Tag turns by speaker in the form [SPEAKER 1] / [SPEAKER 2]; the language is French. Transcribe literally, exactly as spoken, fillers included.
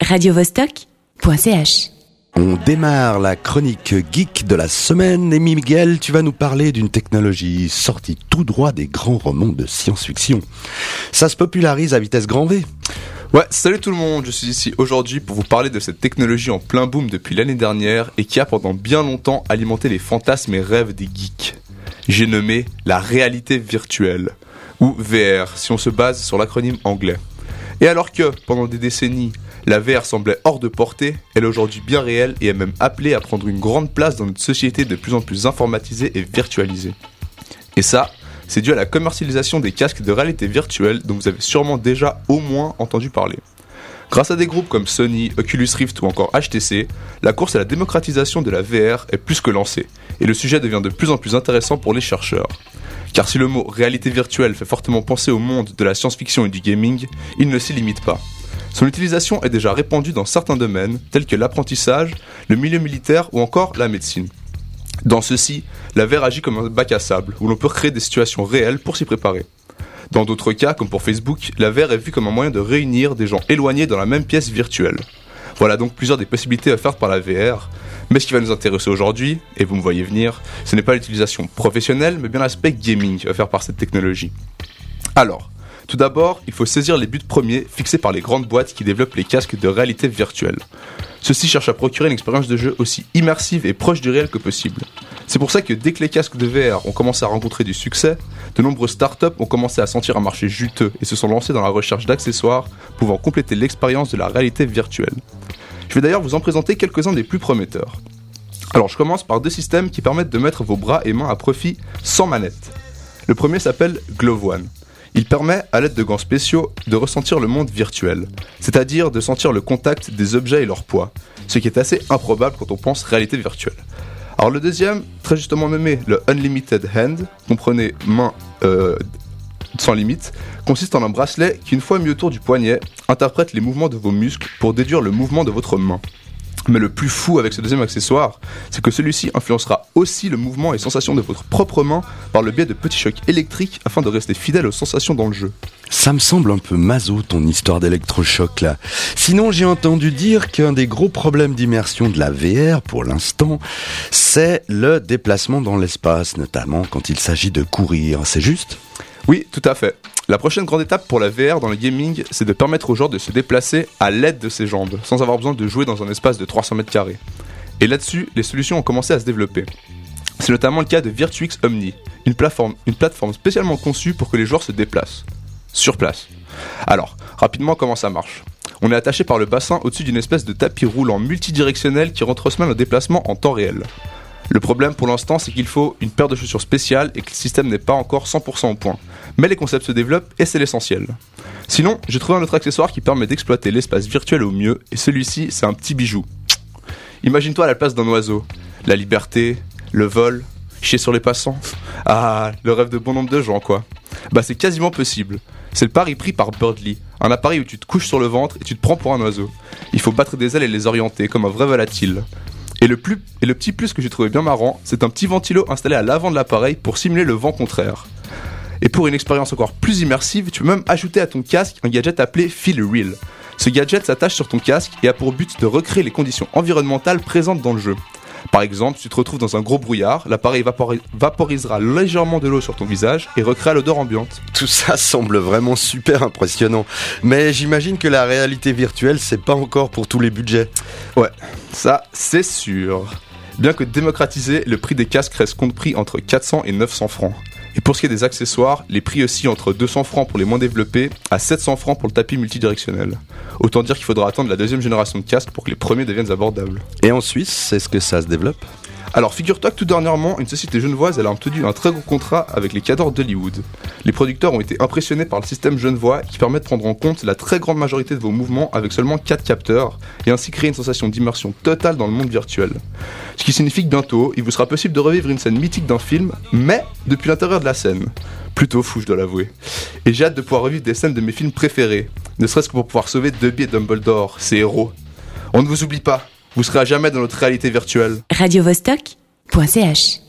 [SPEAKER 1] radio vostok point c h.
[SPEAKER 2] On démarre la chronique geek de la semaine. Et Miguel, tu vas nous parler d'une technologie sortie tout droit des grands romans de science-fiction. Ça se popularise à vitesse grand V.
[SPEAKER 3] Ouais, salut tout le monde, je suis ici aujourd'hui pour vous parler de cette technologie en plein boom depuis l'année dernière et qui a pendant bien longtemps alimenté les fantasmes et rêves des geeks. J'ai nommé la réalité virtuelle, ou V R si on se base sur l'acronyme anglais. Et alors que, pendant des décennies, la V R semblait hors de portée, elle est aujourd'hui bien réelle et est même appelée à prendre une grande place dans notre société de plus en plus informatisée et virtualisée. Et ça, c'est dû à la commercialisation des casques de réalité virtuelle dont vous avez sûrement déjà au moins entendu parler. Grâce à des groupes comme Sony, Oculus Rift ou encore H T C, la course à la démocratisation de la V R est plus que lancée, et le sujet devient de plus en plus intéressant pour les chercheurs. Car si le mot réalité virtuelle fait fortement penser au monde de la science-fiction et du gaming, il ne s'y limite pas. Son utilisation est déjà répandue dans certains domaines, tels que l'apprentissage, le milieu militaire ou encore la médecine. Dans ceux-ci, la V R agit comme un bac à sable, où l'on peut créer des situations réelles pour s'y préparer. Dans d'autres cas, comme pour Facebook, la V R est vue comme un moyen de réunir des gens éloignés dans la même pièce virtuelle. Voilà donc plusieurs des possibilités offertes par la V R, mais ce qui va nous intéresser aujourd'hui, et vous me voyez venir, ce n'est pas l'utilisation professionnelle, mais bien l'aspect gaming offert par cette technologie. Alors, tout d'abord, il faut saisir les buts premiers fixés par les grandes boîtes qui développent les casques de réalité virtuelle. Ceux-ci cherchent à procurer une expérience de jeu aussi immersive et proche du réel que possible. C'est pour ça que dès que les casques de V R ont commencé à rencontrer du succès, de nombreuses startups ont commencé à sentir un marché juteux et se sont lancés dans la recherche d'accessoires pouvant compléter l'expérience de la réalité virtuelle. Je vais d'ailleurs vous en présenter quelques-uns des plus prometteurs. Alors je commence par deux systèmes qui permettent de mettre vos bras et mains à profit sans manette. Le premier s'appelle Glove One. Il permet, à l'aide de gants spéciaux, de ressentir le monde virtuel, c'est-à-dire de sentir le contact des objets et leur poids, ce qui est assez improbable quand on pense réalité virtuelle. Alors le deuxième, très justement nommé le Unlimited Hand, comprenez main euh, sans limite, consiste en un bracelet qui, une fois mis autour du poignet, interprète les mouvements de vos muscles pour déduire le mouvement de votre main. Mais le plus fou avec ce deuxième accessoire, c'est que celui-ci influencera aussi le mouvement et sensations de votre propre main par le biais de petits chocs électriques afin de rester fidèle aux sensations dans le jeu.
[SPEAKER 2] Ça me semble un peu maso ton histoire d'électrochoc là. Sinon j'ai entendu dire qu'un des gros problèmes d'immersion de la V R pour l'instant, c'est le déplacement dans l'espace, notamment quand il s'agit de courir, c'est juste ?
[SPEAKER 3] Oui, tout à fait. La prochaine grande étape pour la V R dans le gaming, c'est de permettre aux joueurs de se déplacer à l'aide de ses jambes, sans avoir besoin de jouer dans un espace de trois cents mètres carrés. Et là-dessus, les solutions ont commencé à se développer. C'est notamment le cas de Virtuix Omni, une plateforme, une plateforme spécialement conçue pour que les joueurs se déplacent. Sur place. Alors, rapidement comment ça marche. On est attaché par le bassin au-dessus d'une espèce de tapis roulant multidirectionnel qui retransmet le déplacement en temps réel. Le problème pour l'instant, c'est qu'il faut une paire de chaussures spéciales et que le système n'est pas encore cent pour cent au point. Mais les concepts se développent et c'est l'essentiel. Sinon, j'ai trouvé un autre accessoire qui permet d'exploiter l'espace virtuel au mieux et celui-ci, c'est un petit bijou. Imagine-toi à la place d'un oiseau. La liberté, le vol, chier sur les passants. Ah, le rêve de bon nombre de gens quoi. Bah c'est quasiment possible. C'est le pari pris par Birdly, un appareil où tu te couches sur le ventre et tu te prends pour un oiseau. Il faut battre des ailes et les orienter comme un vrai volatile. Et le, plus, et le petit plus que j'ai trouvé bien marrant, c'est un petit ventilo installé à l'avant de l'appareil pour simuler le vent contraire. Et pour une expérience encore plus immersive, tu peux même ajouter à ton casque un gadget appelé Feel Real. Ce gadget s'attache sur ton casque et a pour but de recréer les conditions environnementales présentes dans le jeu. Par exemple, si tu te retrouves dans un gros brouillard, l'appareil vapori- vaporisera légèrement de l'eau sur ton visage et recréera l'odeur ambiante.
[SPEAKER 2] Tout ça semble vraiment super impressionnant. Mais j'imagine que la réalité virtuelle, c'est pas encore pour tous les budgets.
[SPEAKER 3] Ouais, ça c'est sûr. Bien que démocratisé, le prix des casques reste compris entre quatre cents et neuf cents francs. Et pour ce qui est des accessoires, les prix oscillent entre deux cents francs pour les moins développés à sept cents francs pour le tapis multidirectionnel. Autant dire qu'il faudra attendre la deuxième génération de casques pour que les premiers deviennent abordables.
[SPEAKER 2] Et en Suisse, est-ce que ça se développe ?
[SPEAKER 3] Alors figure-toi que tout dernièrement, une société genevoise elle a obtenu un très gros contrat avec les cadors d'Hollywood. Les producteurs ont été impressionnés par le système genevois qui permet de prendre en compte la très grande majorité de vos mouvements avec seulement quatre capteurs et ainsi créer une sensation d'immersion totale dans le monde virtuel. Ce qui signifie que bientôt, il vous sera possible de revivre une scène mythique d'un film, mais depuis l'intérieur de la scène. Plutôt fou, je dois l'avouer. Et j'ai hâte de pouvoir revivre des scènes de mes films préférés, ne serait-ce que pour pouvoir sauver Dobby et Dumbledore, ces héros. On ne vous oublie pas. Vous serez à jamais dans notre réalité virtuelle.
[SPEAKER 1] radio vostok point c h